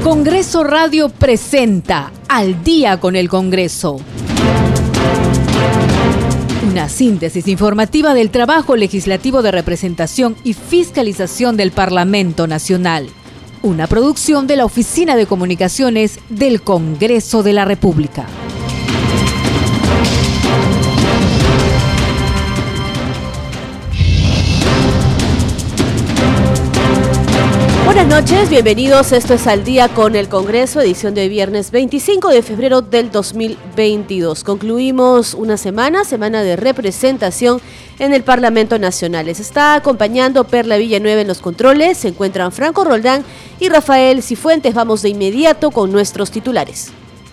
Congreso Radio presenta Al Día con el Congreso. Una síntesis informativa del trabajo legislativo de representación y fiscalización del Parlamento Nacional. Una producción de la Oficina de Comunicaciones del Congreso de la República. Buenas noches, bienvenidos. Esto es Al Día con el Congreso, edición de viernes 25 de febrero del 2022. Concluimos una semana de representación en el Parlamento Nacional. Les está acompañando Perla Villanueva en los controles. Se encuentran Franco Roldán y Rafael Cifuentes. Vamos de inmediato con nuestros titulares.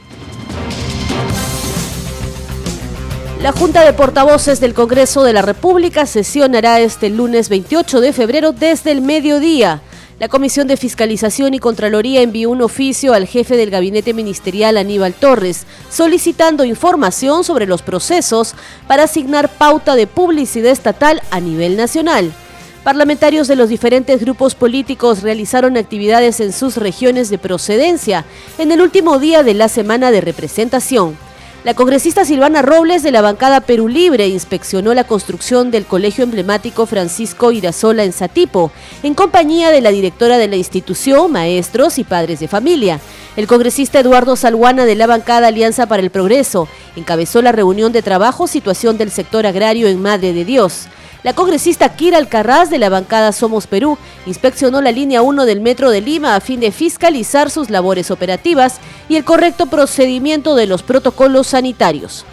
La Junta de Portavoces del Congreso de la República sesionará este lunes 28 de febrero desde el mediodía. La Comisión de Fiscalización y Contraloría envió un oficio al jefe del Gabinete Ministerial, Aníbal Torres, solicitando información sobre los procesos para asignar pauta de publicidad estatal a nivel nacional. Parlamentarios de los diferentes grupos políticos realizaron actividades en sus regiones de procedencia en el último día de la semana de representación. La congresista Silvana Robles, de la bancada Perú Libre, inspeccionó la construcción del colegio emblemático Francisco Irazola en Satipo, en compañía de la directora de la institución, maestros y padres de familia. El congresista Eduardo Salguana, de la bancada Alianza para el Progreso, encabezó la reunión de trabajo Situación del sector agrario en Madre de Dios. La congresista Kira Alcarraz, de la bancada Somos Perú, inspeccionó la línea 1 del Metro de Lima a fin de fiscalizar sus labores operativas y el correcto procedimiento de los protocolos sanitarios.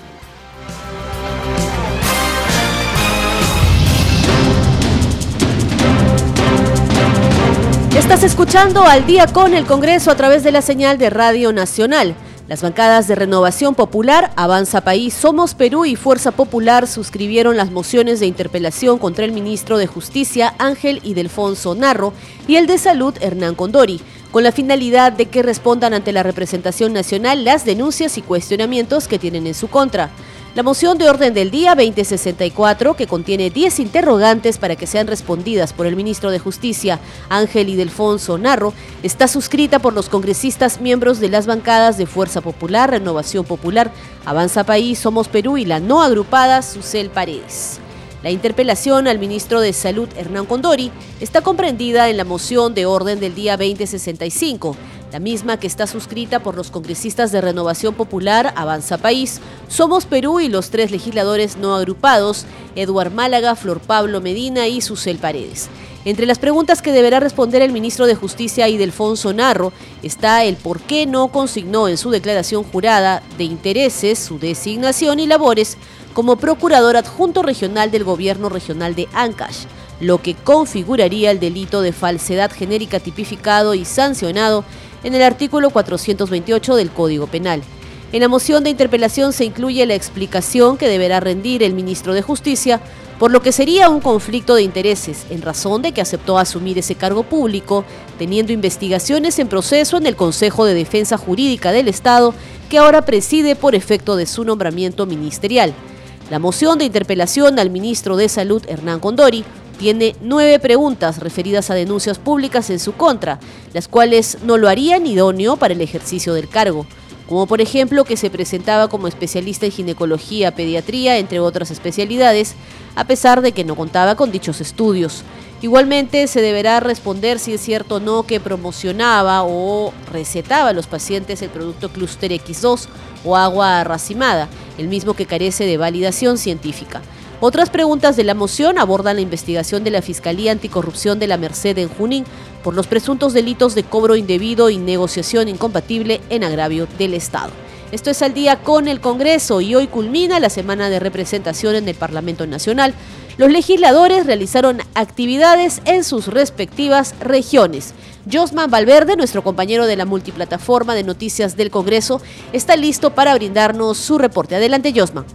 Estás escuchando Al Día con el Congreso a través de la señal de Radio Nacional. Las bancadas de Renovación Popular, Avanza País, Somos Perú y Fuerza Popular suscribieron las mociones de interpelación contra el ministro de Justicia, Ángel Ildefonso Narro, y el de Salud, Hernán Condori, con la finalidad de que respondan ante la representación nacional las denuncias y cuestionamientos que tienen en su contra. La moción de orden del día 2064, que contiene 10 interrogantes para que sean respondidas por el ministro de Justicia, Ángel Ildefonso Narro, está suscrita por los congresistas miembros de las bancadas de Fuerza Popular, Renovación Popular, Avanza País, Somos Perú y la no agrupada Susel Paredes. La interpelación al ministro de Salud, Hernán Condori, está comprendida en la moción de orden del día 2065, la misma que está suscrita por los congresistas de Renovación Popular, Avanza País, Somos Perú y los 3 legisladores no agrupados, Eduard Málaga, Flor Pablo Medina y Susel Paredes. Entre las preguntas que deberá responder el ministro de Justicia, Ildefonso Narro, está el por qué no consignó en su declaración jurada de intereses su designación y labores como procurador adjunto regional del gobierno regional de Ancash, lo que configuraría el delito de falsedad genérica tipificado y sancionado en el artículo 428 del Código Penal. En la moción de interpelación se incluye la explicación que deberá rendir el ministro de Justicia, por lo que sería un conflicto de intereses, en razón de que aceptó asumir ese cargo público, teniendo investigaciones en proceso en el Consejo de Defensa Jurídica del Estado, que ahora preside por efecto de su nombramiento ministerial. La moción de interpelación al ministro de Salud, Hernán Condori, tiene 9 preguntas referidas a denuncias públicas en su contra, las cuales no lo harían idóneo para el ejercicio del cargo, como por ejemplo que se presentaba como especialista en ginecología, pediatría, entre otras especialidades, a pesar de que no contaba con dichos estudios. Igualmente se deberá responder si es cierto o no que promocionaba o recetaba a los pacientes el producto Cluster X2 o agua racimada, el mismo que carece de validación científica. Otras preguntas de la moción abordan la investigación de la Fiscalía Anticorrupción de la Merced en Junín por los presuntos delitos de cobro indebido y negociación incompatible en agravio del Estado. Esto es Al Día con el Congreso y hoy culmina la semana de representación en el Parlamento Nacional. Los legisladores realizaron actividades en sus respectivas regiones. Josman Valverde, nuestro compañero de la multiplataforma de noticias del Congreso, está listo para brindarnos su reporte. Adelante, Josman.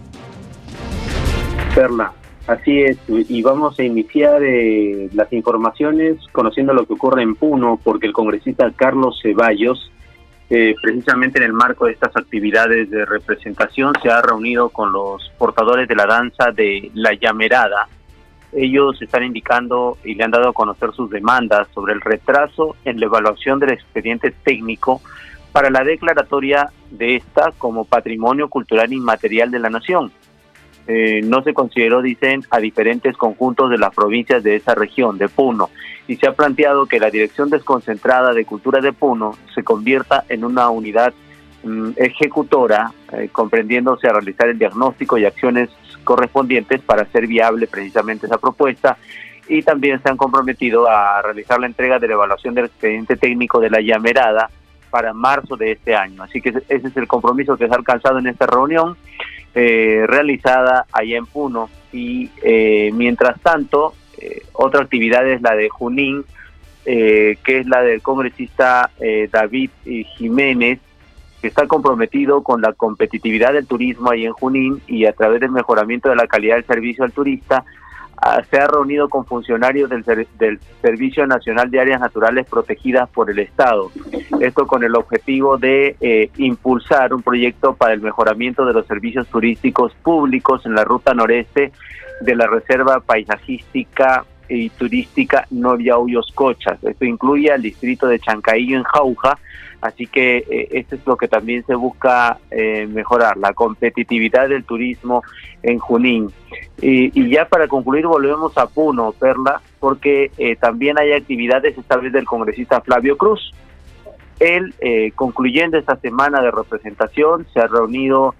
Perla, así es, y vamos a iniciar las informaciones conociendo lo que ocurre en Puno, porque el congresista Carlos Ceballos, precisamente en el marco de estas actividades de representación, se ha reunido con los portadores de la danza de La Llamerada, ellos están indicando y le han dado a conocer sus demandas sobre el retraso en la evaluación del expediente técnico para la declaratoria de esta como patrimonio cultural inmaterial de la nación. No se consideró, dicen, a diferentes conjuntos de las provincias de esa región, de Puno, y se ha planteado que la Dirección Desconcentrada de Cultura de Puno se convierta en una unidad ejecutora, comprendiéndose a realizar el diagnóstico y acciones correspondientes para hacer viable precisamente esa propuesta, y también se han comprometido a realizar la entrega de la evaluación del expediente técnico de la llamerada para marzo de este año. Así que ese es el compromiso que se ha alcanzado en esta reunión realizada allá en Puno. Y mientras tanto, otra actividad es la de Junín, que es la del congresista David Jiménez, que está comprometido con la competitividad del turismo ahí en Junín, y a través del mejoramiento de la calidad del servicio al turista, se ha reunido con funcionarios del Servicio Nacional de Áreas Naturales Protegidas por el Estado. Esto con el objetivo de impulsar un proyecto para el mejoramiento de los servicios turísticos públicos en la ruta noreste de la Reserva Paisajística y Turística Noriauyos-Cochas. Esto incluye al distrito de Chancaillo en Jauja, así que esto es lo que también se busca mejorar, la competitividad del turismo en Junín. Y ya para concluir volvemos a Puno, Perla, porque también hay actividades esta vez del congresista Flavio Cruz. Él, concluyendo esta semana de representación, se ha reunido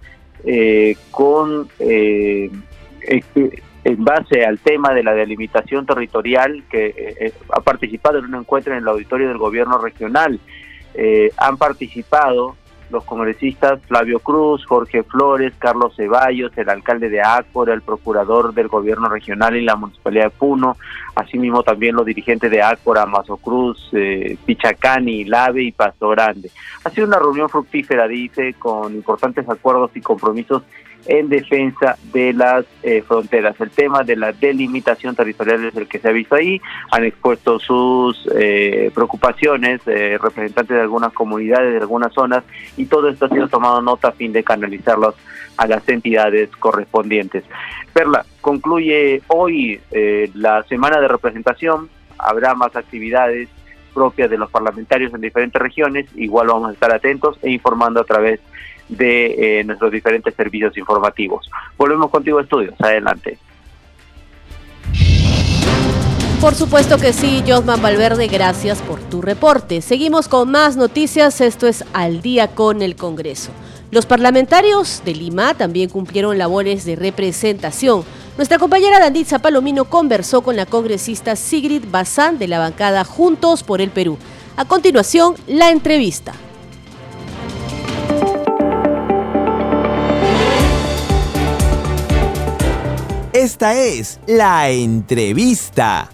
en base al tema de la delimitación territorial, que ha participado en un encuentro en el auditorio del gobierno regional. Han participado los congresistas Flavio Cruz, Jorge Flores, Carlos Ceballos, el alcalde de Ácora, el procurador del gobierno regional y la municipalidad de Puno, asimismo también los dirigentes de Ácora, Mazo Cruz, Pichacani, Lave y Pasto Grande. Ha sido una reunión fructífera, dice, con importantes acuerdos y compromisos en defensa de las fronteras. El tema de la delimitación territorial es el que se ha visto ahí. Han expuesto sus preocupaciones, representantes de algunas comunidades, de algunas zonas, y todo esto ha sido tomado nota a fin de canalizarlos a las entidades correspondientes. Perla, concluye hoy la semana de representación. Habrá más actividades propias de los parlamentarios en diferentes regiones. Igual vamos a estar atentos e informando a través de nuestros diferentes servicios informativos. Volvemos contigo a estudios. Adelante. Por supuesto que sí, Josman Valverde, gracias por tu reporte. Seguimos con más noticias. Esto es Al Día con el Congreso. Los parlamentarios de Lima también cumplieron labores de representación. Nuestra compañera Danitza Palomino conversó con la congresista Sigrid Bazán de la bancada Juntos por el Perú. A continuación, la entrevista. Esta es la entrevista.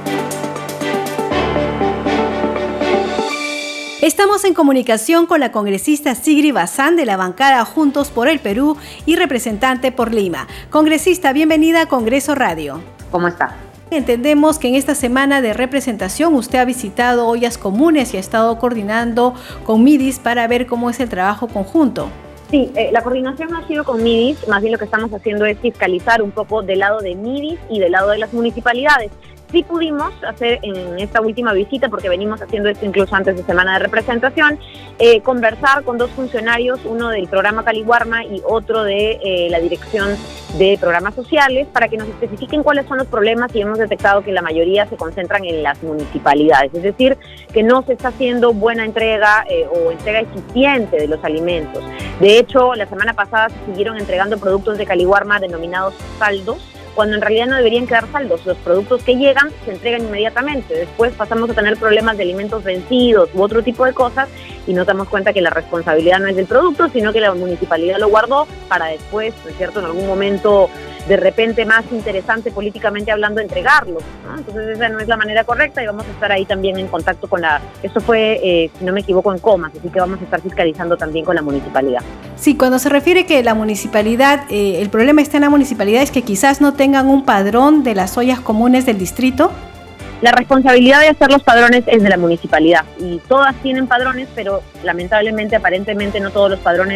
Estamos en comunicación con la congresista Sigrid Bazán de la bancada Juntos por el Perú y representante por Lima. Congresista, bienvenida a Congreso Radio. ¿Cómo está? Entendemos que en esta semana de representación usted ha visitado ollas comunes y ha estado coordinando con MIDIS para ver cómo es el trabajo conjunto. Sí, la coordinación no ha sido con MIDIS, más bien lo que estamos haciendo es fiscalizar un poco del lado de MIDIS y del lado de las municipalidades. Sí pudimos hacer en esta última visita, porque venimos haciendo esto incluso antes de semana de representación, conversar con dos funcionarios, uno del programa Caliwarma y otro de la Dirección de Programas Sociales, para que nos especifiquen cuáles son los problemas, y hemos detectado que la mayoría se concentran en las municipalidades, es decir, que no se está haciendo buena entrega o entrega eficiente de los alimentos. De hecho, la semana pasada se siguieron entregando productos de Caliwarma denominados saldos, cuando en realidad no deberían quedar saldos. Los productos que llegan se entregan inmediatamente. Después pasamos a tener problemas de alimentos vencidos u otro tipo de cosas, y nos damos cuenta que la responsabilidad no es del producto, sino que la municipalidad lo guardó para después, ¿no es cierto?, en algún momento de repente más interesante políticamente hablando, entregarlo, ¿no? Entonces esa no es la manera correcta, y vamos a estar ahí también en contacto con esto fue, si no me equivoco, en Comas, así que vamos a estar fiscalizando también con la municipalidad. Sí, cuando se refiere que la municipalidad, el problema está en la municipalidad, es que quizás no tengan un padrón de las ollas comunes del distrito. La responsabilidad de hacer los padrones es de la municipalidad, y todas tienen padrones, pero lamentablemente, aparentemente, no todos los padrones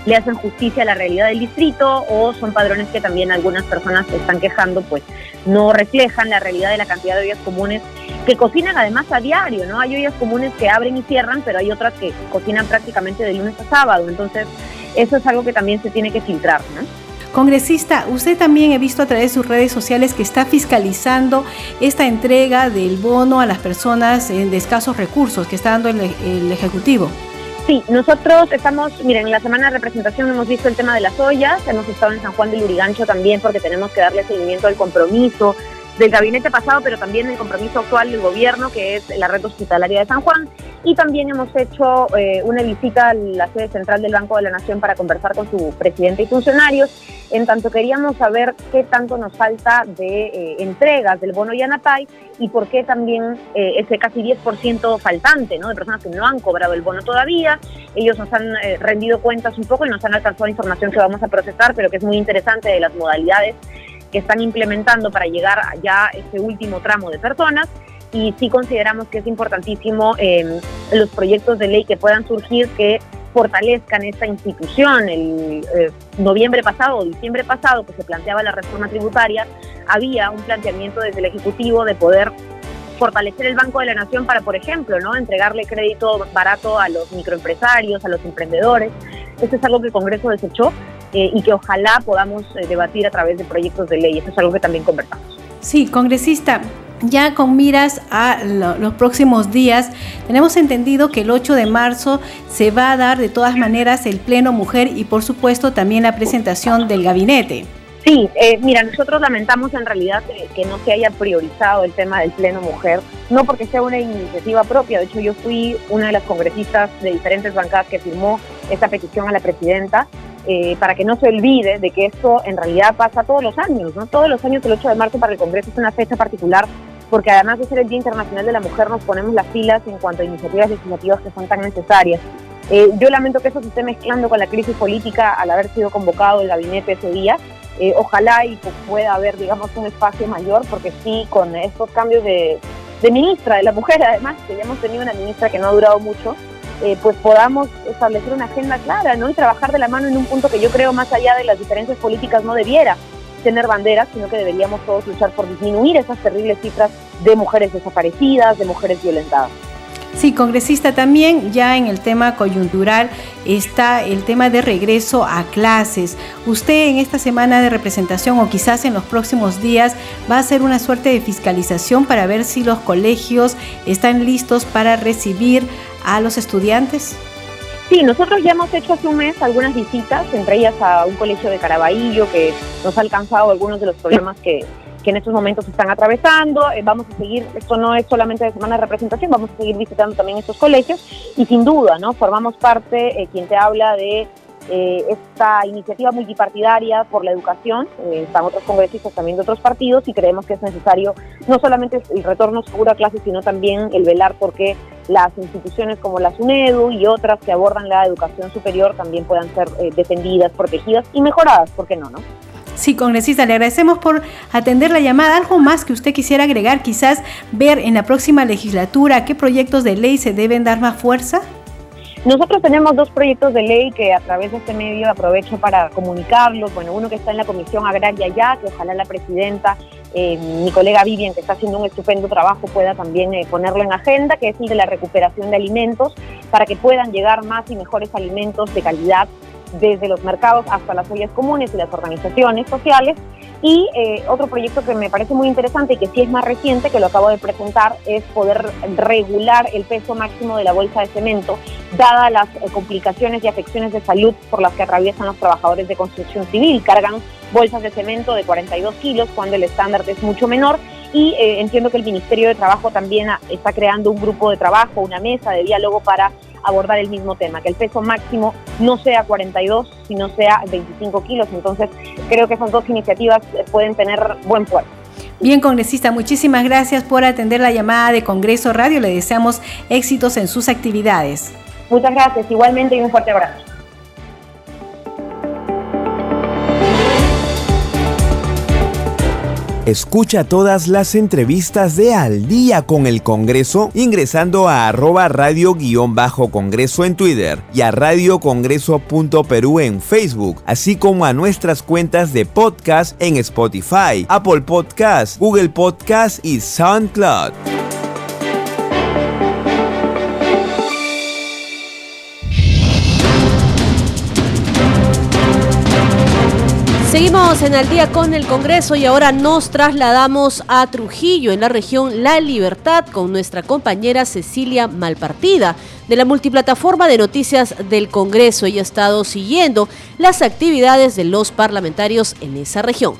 le hacen justicia a la realidad del distrito, o son padrones que también algunas personas se están quejando, pues no reflejan la realidad de la cantidad de ollas comunes que cocinan además a diario, ¿no? Hay ollas comunes que abren y cierran, pero hay otras que cocinan prácticamente de lunes a sábado, entonces eso es algo que también se tiene que filtrar, ¿no? Congresista, usted también he visto a través de sus redes sociales que está fiscalizando esta entrega del bono a las personas de escasos recursos que está dando el Ejecutivo. Sí, nosotros estamos, miren, en la semana de representación hemos visto el tema de las ollas, hemos estado en San Juan de Lurigancho también porque tenemos que darle seguimiento al compromiso del gabinete pasado, pero también el compromiso actual del gobierno, que es la red hospitalaria de San Juan, y también hemos hecho una visita a la sede central del Banco de la Nación para conversar con su presidente y funcionarios, en tanto queríamos saber qué tanto nos falta de entregas del bono Yanatay y por qué también ese casi 10% faltante, ¿no?, de personas que no han cobrado el bono todavía. Ellos nos han rendido cuentas un poco y nos han alcanzado información que vamos a procesar, pero que es muy interesante de las modalidades que están implementando para llegar ya a este último tramo de personas, y sí consideramos que es importantísimo los proyectos de ley que puedan surgir que fortalezcan esta institución. El noviembre pasado o diciembre pasado, que se planteaba la reforma tributaria, había un planteamiento desde el Ejecutivo de poder fortalecer el Banco de la Nación para, por ejemplo, ¿no?, entregarle crédito barato a los microempresarios, a los emprendedores. Esto es algo que el Congreso desechó y que ojalá podamos debatir a través de proyectos de ley. Eso es algo que también conversamos. Sí, congresista, ya con miras a los próximos días, tenemos entendido que el 8 de marzo se va a dar de todas maneras el Pleno Mujer y por supuesto también la presentación del gabinete. Sí, mira, nosotros lamentamos en realidad que no se haya priorizado el tema del Pleno Mujer, no porque sea una iniciativa propia. De hecho, yo fui una de las congresistas de diferentes bancadas que firmó esta petición a la presidenta, para que no se olvide de que esto en realidad pasa todos los años, ¿no? Todos los años el 8 de marzo para el Congreso es una fecha particular, porque además de ser el Día Internacional de la Mujer, nos ponemos las pilas en cuanto a iniciativas legislativas que son tan necesarias. Yo lamento que eso se esté mezclando con la crisis política al haber sido convocado el gabinete ese día. Ojalá y pueda haber, digamos, un espacio mayor, porque sí, con estos cambios de ministra de la mujer, además, que ya hemos tenido una ministra que no ha durado mucho, pues podamos establecer una agenda clara, ¿no?, y trabajar de la mano en un punto que yo creo, más allá de las diferencias políticas, no debiera tener banderas, sino que deberíamos todos luchar por disminuir esas terribles cifras de mujeres desaparecidas, de mujeres violentadas. Sí, congresista, también ya en el tema coyuntural está el tema de regreso a clases. Usted en esta semana de representación o quizás en los próximos días va a hacer una suerte de fiscalización para ver si los colegios están listos para recibir a los estudiantes. Sí, nosotros ya hemos hecho hace un mes algunas visitas, entre ellas a un colegio de Caraballo que nos ha alcanzado algunos de los problemas que en estos momentos están atravesando. Vamos a seguir, esto no es solamente de semana de representación, vamos a seguir visitando también estos colegios y sin duda, ¿no?, formamos parte, quien te habla de esta iniciativa multipartidaria por la educación. Están otros congresistas también de otros partidos y creemos que es necesario no solamente el retorno seguro a clases, sino también el velar porque las instituciones como la SUNEDU y otras que abordan la educación superior también puedan ser defendidas, protegidas y mejoradas, ¿por qué no, no? Sí, congresista, le agradecemos por atender la llamada. ¿Algo más que usted quisiera agregar? Quizás ver en la próxima legislatura a qué proyectos de ley se deben dar más fuerza. Nosotros tenemos dos proyectos de ley que a través de este medio aprovecho para comunicarlos. Bueno, uno que está en la Comisión Agraria ya, que ojalá la presidenta, mi colega Vivian, que está haciendo un estupendo trabajo, pueda también ponerlo en agenda, que es el de la recuperación de alimentos, para que puedan llegar más y mejores alimentos de calidad desde los mercados hasta las ollas comunes y las organizaciones sociales. Y otro proyecto que me parece muy interesante y que sí es más reciente, que lo acabo de presentar, es poder regular el peso máximo de la bolsa de cemento, dadas las complicaciones y afecciones de salud por las que atraviesan los trabajadores de construcción civil. Cargan bolsas de cemento de 42 kilos cuando el estándar es mucho menor. Y entiendo que el Ministerio de Trabajo también está creando un grupo de trabajo, una mesa de diálogo para abordar el mismo tema, que el peso máximo no sea 42, sino sea 25 kilos. Entonces, creo que esas dos iniciativas pueden tener buen puerto. Bien, congresista, muchísimas gracias por atender la llamada de Congreso Radio. Le deseamos éxitos en sus actividades. Muchas gracias, igualmente, y un fuerte abrazo. Escucha todas las entrevistas de Al Día con el Congreso ingresando a @radio_congreso en Twitter y a radiocongreso.perú en Facebook, así como a nuestras cuentas de podcast en Spotify, Apple Podcast, Google Podcast y SoundCloud. Seguimos en Al Día con el Congreso y ahora nos trasladamos a Trujillo, en la región La Libertad, con nuestra compañera Cecilia Malpartida, de la multiplataforma de noticias del Congreso. Ella ha estado siguiendo las actividades de los parlamentarios en esa región.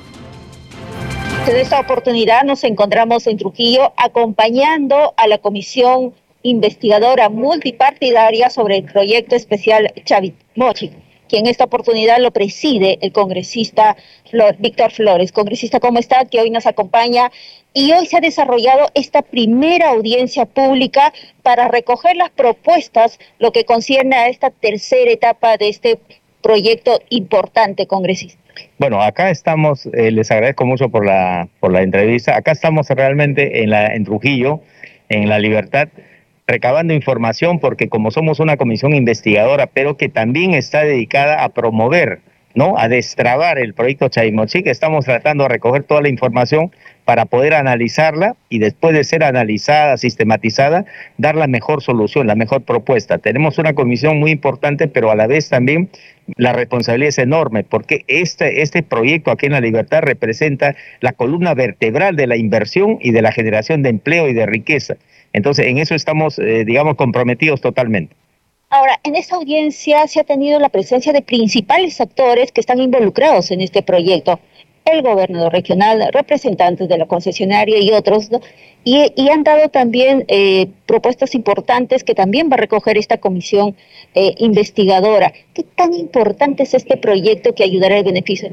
En esta oportunidad nos encontramos en Trujillo acompañando a la Comisión Investigadora Multipartidaria sobre el Proyecto Especial Chavimochic, que en esta oportunidad lo preside el congresista Víctor Flores. Congresista, ¿cómo está? Que hoy nos acompaña. Y hoy se ha desarrollado esta primera audiencia pública para recoger las propuestas, lo que concierne a esta tercera etapa de este proyecto importante, congresista. Bueno, acá estamos, les agradezco mucho por la entrevista. Acá estamos realmente en Trujillo, en La Libertad, recabando información, porque como somos una comisión investigadora, pero que también está dedicada a promover, ¿no?, a destrabar el proyecto Chavimochic, estamos tratando de recoger toda la información para poder analizarla y después de ser analizada, sistematizada, dar la mejor solución, la mejor propuesta. Tenemos una comisión muy importante, pero a la vez también la responsabilidad es enorme, porque este proyecto aquí en La Libertad representa la columna vertebral de la inversión y de la generación de empleo y de riqueza. Entonces, en eso estamos, comprometidos totalmente. Ahora, en esta audiencia se ha tenido la presencia de principales actores que están involucrados en este proyecto. El gobernador regional, representantes de la concesionaria y otros, ¿no? Y han dado también propuestas importantes que también va a recoger esta comisión investigadora. ¿Qué tan importante es este proyecto que ayudará al beneficio?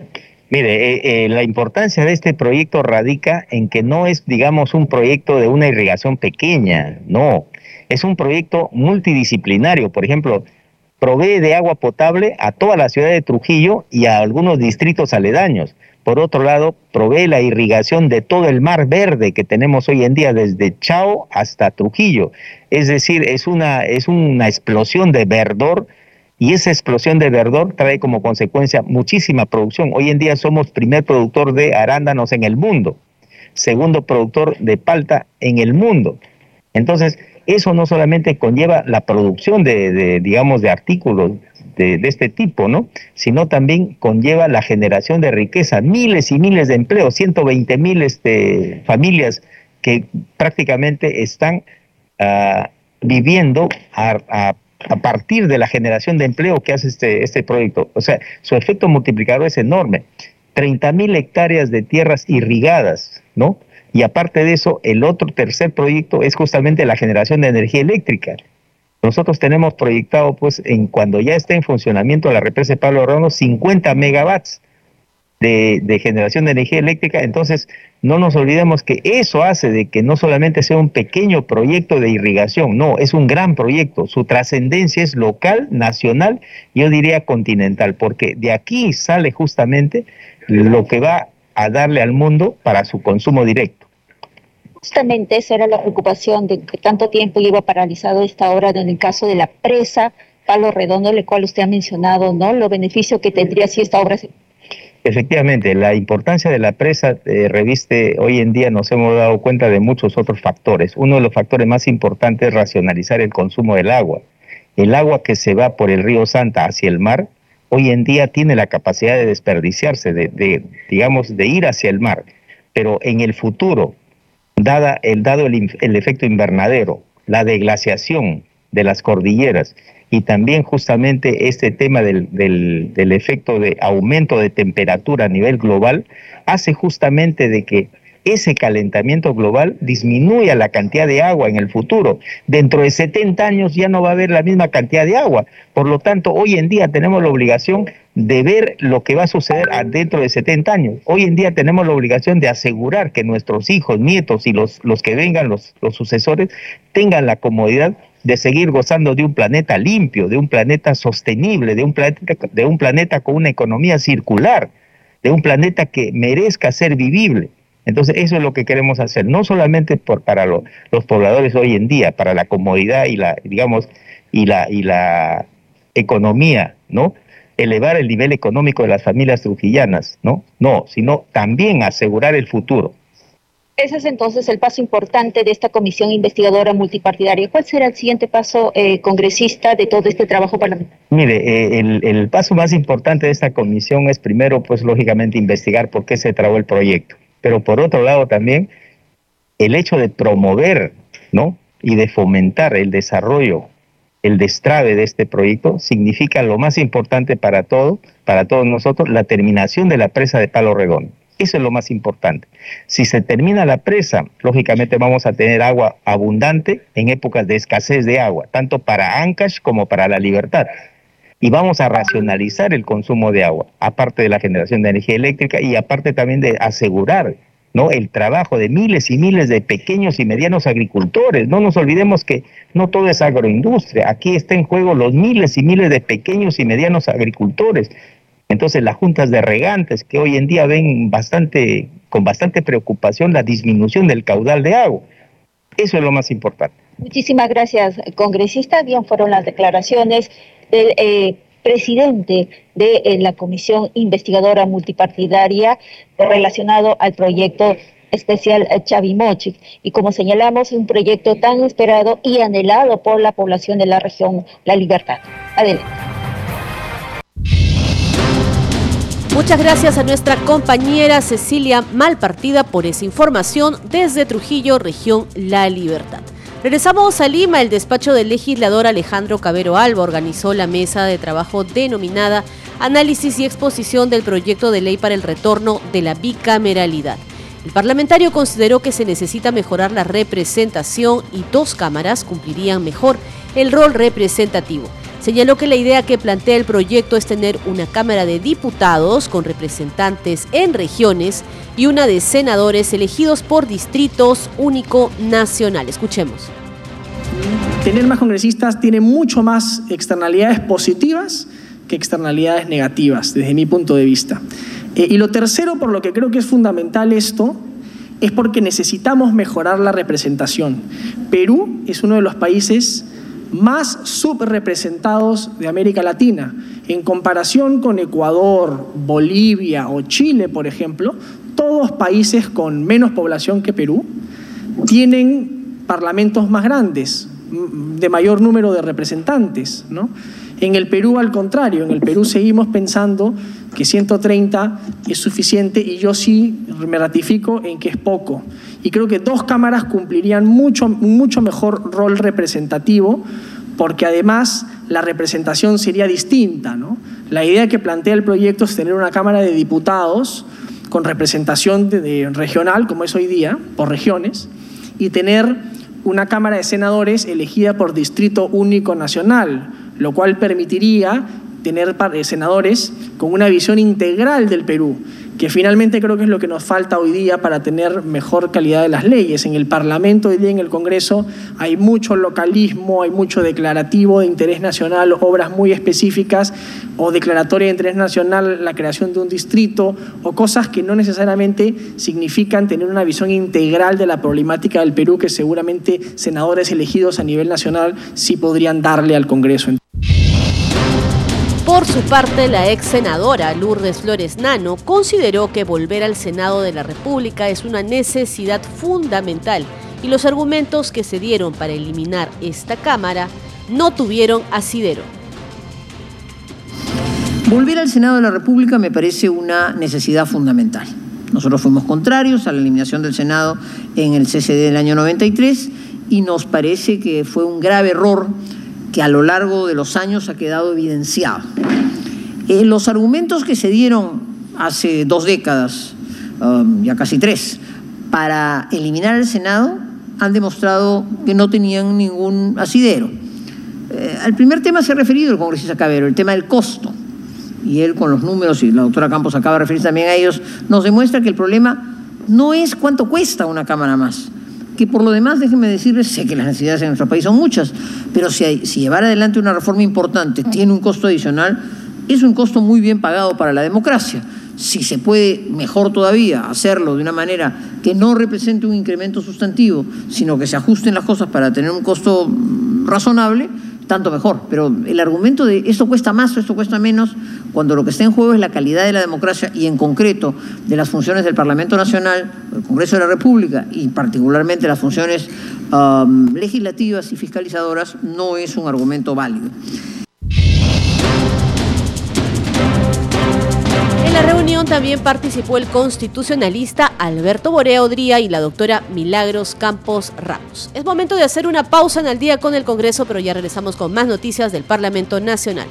Mire, la importancia de este proyecto radica en que no es, digamos, un proyecto de una irrigación pequeña, no. Es un proyecto multidisciplinario. Por ejemplo, provee de agua potable a toda la ciudad de Trujillo y a algunos distritos aledaños. Por otro lado, provee la irrigación de todo el mar verde que tenemos hoy en día, desde Chao hasta Trujillo. Es decir, es una explosión de verdor, y esa explosión de verdor trae como consecuencia muchísima producción. Hoy en día somos primer productor de arándanos en el mundo, segundo productor de palta en el mundo. Entonces, eso no solamente conlleva la producción digamos, de artículos de este tipo, ¿no?, sino también conlleva la generación de riqueza, miles y miles de empleos, 120,000 familias que prácticamente están viviendo a partir de la generación de empleo que hace este proyecto. O sea, su efecto multiplicador es enorme. 30,000 hectáreas de tierras irrigadas, ¿no? Y aparte de eso, el tercer proyecto es justamente la generación de energía eléctrica. Nosotros tenemos proyectado, pues, cuando ya esté en funcionamiento la represa de Pablo Ronda, 50 megawatts de generación de energía eléctrica. Entonces, no nos olvidemos que eso hace de que no solamente sea un pequeño proyecto de irrigación, no, es un gran proyecto. Su trascendencia es local, nacional, yo diría continental, porque de aquí sale justamente lo que va a darle al mundo para su consumo directo. Justamente esa era la preocupación de que tanto tiempo lleva paralizado esta obra en el caso de la presa Palo Redondo, el cual usted ha mencionado, ¿no?, los beneficios que tendría si esta obra se... Efectivamente, la importancia de la presa reviste, hoy en día nos hemos dado cuenta de muchos otros factores. Uno de los factores más importantes es racionalizar el consumo del agua. El agua que se va por el río Santa hacia el mar, hoy en día tiene la capacidad de desperdiciarse, de ir hacia el mar. Pero en el futuro, dado el efecto invernadero, la deglaciación de las cordilleras, y también justamente este tema del efecto de aumento de temperatura a nivel global, hace justamente de que ese calentamiento global disminuya la cantidad de agua en el futuro. Dentro de 70 años ya no va a haber la misma cantidad de agua. Por lo tanto, hoy en día tenemos la obligación de ver lo que va a suceder dentro de 70 años. Hoy en día tenemos la obligación de asegurar que nuestros hijos, nietos y los que vengan, los sucesores, tengan la comodidad de seguir gozando de un planeta limpio, de un planeta sostenible, de un planeta con una economía circular, de un planeta que merezca ser vivible. Entonces eso es lo que queremos hacer, no solamente para los pobladores hoy en día, para la comodidad y la economía, ¿no? Elevar el nivel económico de las familias trujillanas, ¿no? No, sino también asegurar el futuro. Ese es entonces el paso importante de esta comisión investigadora multipartidaria. ¿Cuál será el siguiente paso, congresista, de todo este trabajo parlamentario? Mire, el paso más importante de esta comisión es primero, pues lógicamente, investigar por qué se trabó el proyecto. Pero por otro lado también, el hecho de promover, ¿no? Y de fomentar el desarrollo, el destrave de este proyecto, significa lo más importante para todos nosotros, la terminación de la presa de Palo Redondo. Eso es lo más importante. Si se termina la presa, lógicamente vamos a tener agua abundante en épocas de escasez de agua, tanto para Ancash como para La Libertad. Y vamos a racionalizar el consumo de agua, aparte de la generación de energía eléctrica y aparte también de asegurar, ¿no?, el trabajo de miles y miles de pequeños y medianos agricultores. No nos olvidemos que no todo es agroindustria. Aquí está en juego los miles y miles de pequeños y medianos agricultores. Entonces las juntas de regantes que hoy en día ven con bastante preocupación la disminución del caudal de agua. Eso es lo más importante. Muchísimas gracias, congresista. Bien, fueron las declaraciones del presidente de la Comisión Investigadora Multipartidaria relacionado al proyecto especial Chavimochic. Y como señalamos, un proyecto tan esperado y anhelado por la población de la región La Libertad. Adelante. Muchas gracias a nuestra compañera Cecilia Malpartida por esa información desde Trujillo, región La Libertad. Regresamos a Lima. El despacho del legislador Alejandro Cabero Alba organizó la mesa de trabajo denominada Análisis y exposición del proyecto de ley para el retorno de la bicameralidad. El parlamentario consideró que se necesita mejorar la representación y 2 cámaras cumplirían mejor el rol representativo. Señaló que la idea que plantea el proyecto es tener una Cámara de Diputados con representantes en regiones y una de senadores elegidos por distritos único nacional. Escuchemos. Tener más congresistas tiene mucho más externalidades positivas que externalidades negativas, desde mi punto de vista. Y lo tercero, por lo que creo que es fundamental esto, es porque necesitamos mejorar la representación. Perú es uno de los países más subrepresentados de América Latina. En comparación con Ecuador, Bolivia o Chile, por ejemplo, todos países con menos población que Perú tienen parlamentos más grandes, de mayor número de representantes, ¿no? En el Perú, al contrario, en el Perú seguimos pensando que 130 es suficiente y yo sí me ratifico en que es poco. Y creo que 2 cámaras cumplirían mucho mejor rol representativo, porque además la representación sería distinta, ¿no? La idea que plantea el proyecto es tener una Cámara de Diputados con representación regional, como es hoy día, por regiones, y tener una Cámara de Senadores elegida por distrito único nacional, lo cual permitiría tener senadores con una visión integral del Perú, que finalmente creo que es lo que nos falta hoy día para tener mejor calidad de las leyes. En el Parlamento, hoy día en el Congreso, hay mucho localismo, hay mucho declarativo de interés nacional, obras muy específicas, o declaratoria de interés nacional, la creación de un distrito, o cosas que no necesariamente significan tener una visión integral de la problemática del Perú, que seguramente senadores elegidos a nivel nacional sí podrían darle al Congreso. Por su parte, la ex senadora Lourdes Flores Nano consideró que volver al Senado de la República es una necesidad fundamental y los argumentos que se dieron para eliminar esta Cámara no tuvieron asidero. Volver al Senado de la República me parece una necesidad fundamental. Nosotros fuimos contrarios a la eliminación del Senado en el CCD del año 93 y nos parece que fue un grave error que a lo largo de los años ha quedado evidenciado. Los argumentos que se dieron hace 2 décadas, ya casi 3, para eliminar el Senado han demostrado que no tenían ningún asidero. Al primer tema se ha referido el congresista Cabero, el tema del costo. Y él con los números, y la doctora Campos acaba de referirse también a ellos, nos demuestra que el problema no es cuánto cuesta una Cámara más, que por lo demás, déjenme decirles, sé que las necesidades en nuestro país son muchas, pero si llevar adelante una reforma importante tiene un costo adicional, es un costo muy bien pagado para la democracia. Si se puede, mejor todavía, hacerlo de una manera que no represente un incremento sustantivo, sino que se ajusten las cosas para tener un costo razonable, tanto mejor. Pero el argumento de esto cuesta más o esto cuesta menos, cuando lo que está en juego es la calidad de la democracia y en concreto de las funciones del Parlamento Nacional, el Congreso de la República y particularmente las funciones legislativas y fiscalizadoras, no es un argumento válido. En la reunión también participó el constitucionalista Alberto Borea Odría y la doctora Milagros Campos Ramos. Es momento de hacer una pausa en Al Día con el Congreso, pero ya regresamos con más noticias del Parlamento Nacional.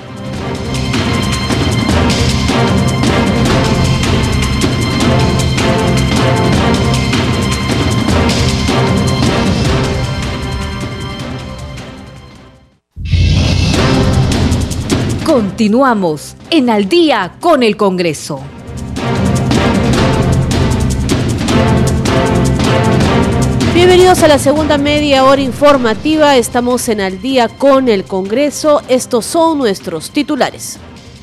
Continuamos en Al Día con el Congreso. Bienvenidos a la segunda media hora informativa. Estamos en Al Día con el Congreso. Estos son nuestros titulares.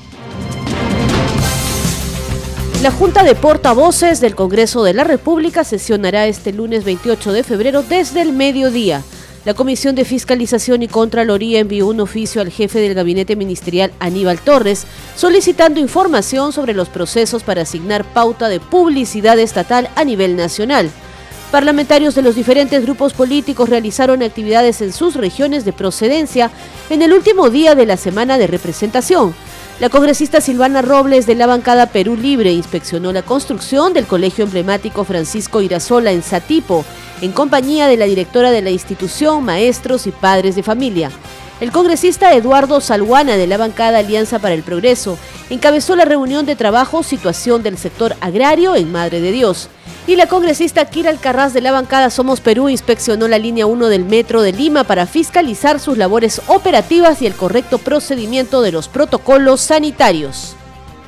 La Junta de Portavoces del Congreso de la República sesionará este lunes 28 de febrero desde el mediodía. La Comisión de Fiscalización y Contraloría envió un oficio al jefe del gabinete ministerial, Aníbal Torres, solicitando información sobre los procesos para asignar pauta de publicidad estatal a nivel nacional. Parlamentarios de los diferentes grupos políticos realizaron actividades en sus regiones de procedencia en el último día de la semana de representación. La congresista Silvana Robles de la bancada Perú Libre inspeccionó la construcción del colegio emblemático Francisco Irasola en Satipo, en compañía de la directora de la institución, maestros y padres de familia. El congresista Eduardo Salguana de la bancada Alianza para el Progreso encabezó la reunión de trabajo Situación del sector agrario en Madre de Dios. Y la congresista Kira Alcarraz de la bancada Somos Perú inspeccionó la línea 1 del Metro de Lima para fiscalizar sus labores operativas y el correcto procedimiento de los protocolos sanitarios.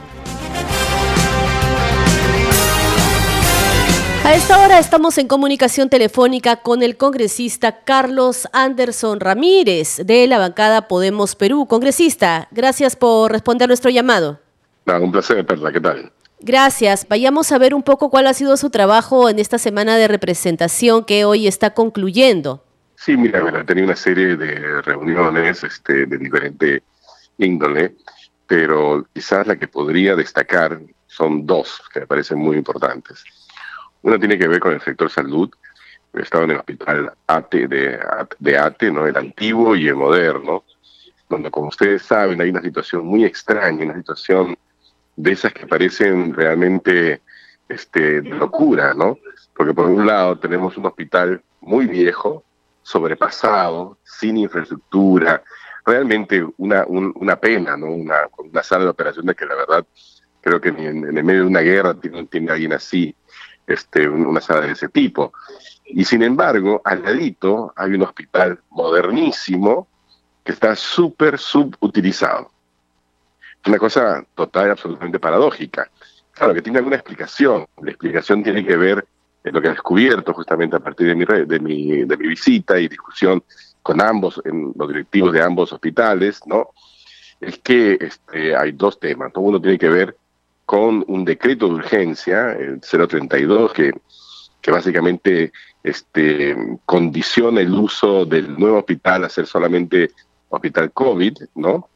A esta hora estamos en comunicación telefónica con el congresista Carlos Anderson Ramírez de la bancada Podemos Perú. Congresista, gracias por responder nuestro llamado. Un placer, Perla, ¿qué tal? Gracias. Vayamos a ver un poco cuál ha sido su trabajo en esta semana de representación que hoy está concluyendo. Sí, mira, he tenido una serie de reuniones de diferente índole, pero quizás la que podría destacar son dos que me parecen muy importantes. Una tiene que ver con el sector salud. He estado en el hospital ATE de ATE, ¿no? El antiguo y el moderno, donde, como ustedes saben, hay una situación muy extraña, una situación de esas que parecen realmente de locura, ¿no? Porque por un lado tenemos un hospital muy viejo, sobrepasado, sin infraestructura, realmente una pena, ¿no? Una sala de operaciones que la verdad creo que ni en el medio de una guerra tiene alguien así, una sala de ese tipo. Y sin embargo, al ladito hay un hospital modernísimo que está súper subutilizado. Una cosa total y absolutamente paradójica. Claro, que tiene alguna explicación. La explicación tiene que ver en lo que he descubierto justamente a partir de mi visita y discusión con los directivos de ambos hospitales, ¿no? Es que hay dos temas, ¿no? Uno tiene que ver con un decreto de urgencia, el 032, que básicamente condiciona el uso del nuevo hospital a ser solamente hospital COVID, ¿no?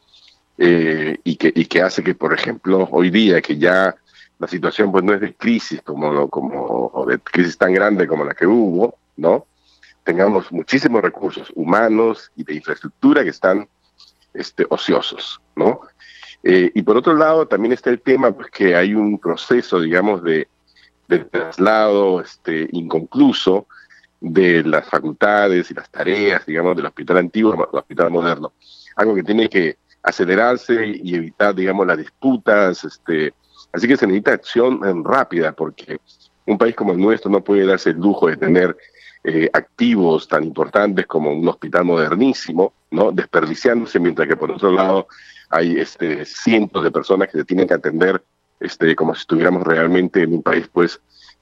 Y que hace que, por ejemplo, hoy día que ya la situación pues no es de crisis o de crisis tan grande como la que hubo, ¿no? Tengamos muchísimos recursos humanos y de infraestructura que están ociosos, ¿no? Y por otro lado también está el tema pues que hay un proceso, digamos, de traslado inconcluso de las facultades y las tareas, digamos, del hospital antiguo al hospital moderno. Algo que tiene que acelerarse y evitar, digamos, las disputas. Así que se necesita acción rápida, porque un país como el nuestro no puede darse el lujo de tener activos tan importantes como un hospital modernísimo, ¿no? Desperdiciándose, mientras que por otro lado hay cientos de personas que se tienen que atender como si estuviéramos realmente en un país pues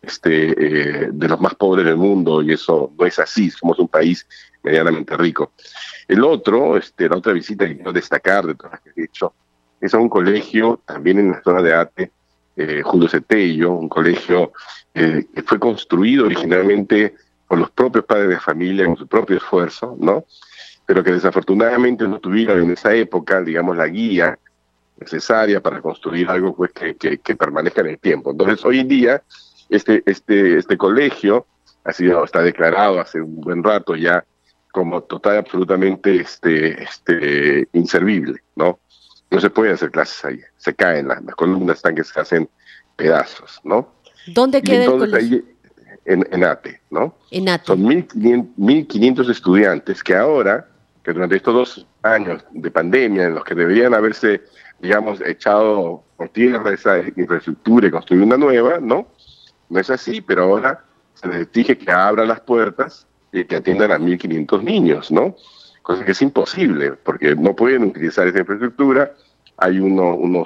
de los más pobres del mundo, y eso no es así. Somos un país medianamente rico. La otra visita que quiero destacar de todas las que he hecho es a un colegio también en la zona de ATE, Julio Cetello, un colegio que fue construido originalmente por los propios padres de familia con su propio esfuerzo, ¿no? Pero que desafortunadamente no tuvieron en esa época, digamos, la guía necesaria para construir algo pues que permanezca en el tiempo. Entonces, hoy en día, este colegio está declarado hace un buen rato ya como total absolutamente inservible, ¿no? No se puede hacer clases ahí, se caen, las columnas están que se hacen pedazos, ¿no? ¿Dónde queda el colegio? Ahí, en ATE, ¿no? En ATE. Son 1.500 estudiantes que ahora, que durante estos 2 años de pandemia, en los que deberían haberse, digamos, echado por tierra esa infraestructura y construir una nueva, ¿no? No es así, pero ahora se les exige que abran las puertas y que atiendan a 1.500 niños, ¿no? Cosa que es imposible, porque no pueden utilizar esa infraestructura. Hay una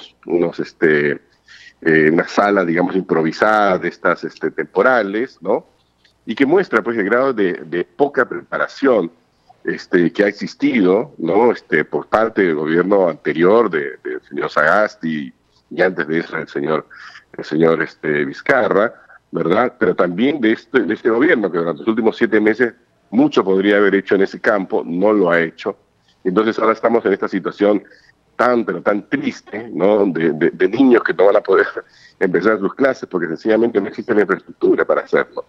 sala, digamos, improvisada de estas temporales, ¿no? Y que muestra, pues, el grado de poca preparación que ha existido, ¿no? Por parte del gobierno anterior del señor Sagasti y antes de eso el señor Vizcarra, ¿verdad? Pero también de este gobierno, que durante los últimos 7 meses mucho podría haber hecho en ese campo, no lo ha hecho. Entonces ahora estamos en esta situación pero tan triste, ¿no? De niños que no van a poder empezar sus clases porque sencillamente no existe la infraestructura para hacerlo.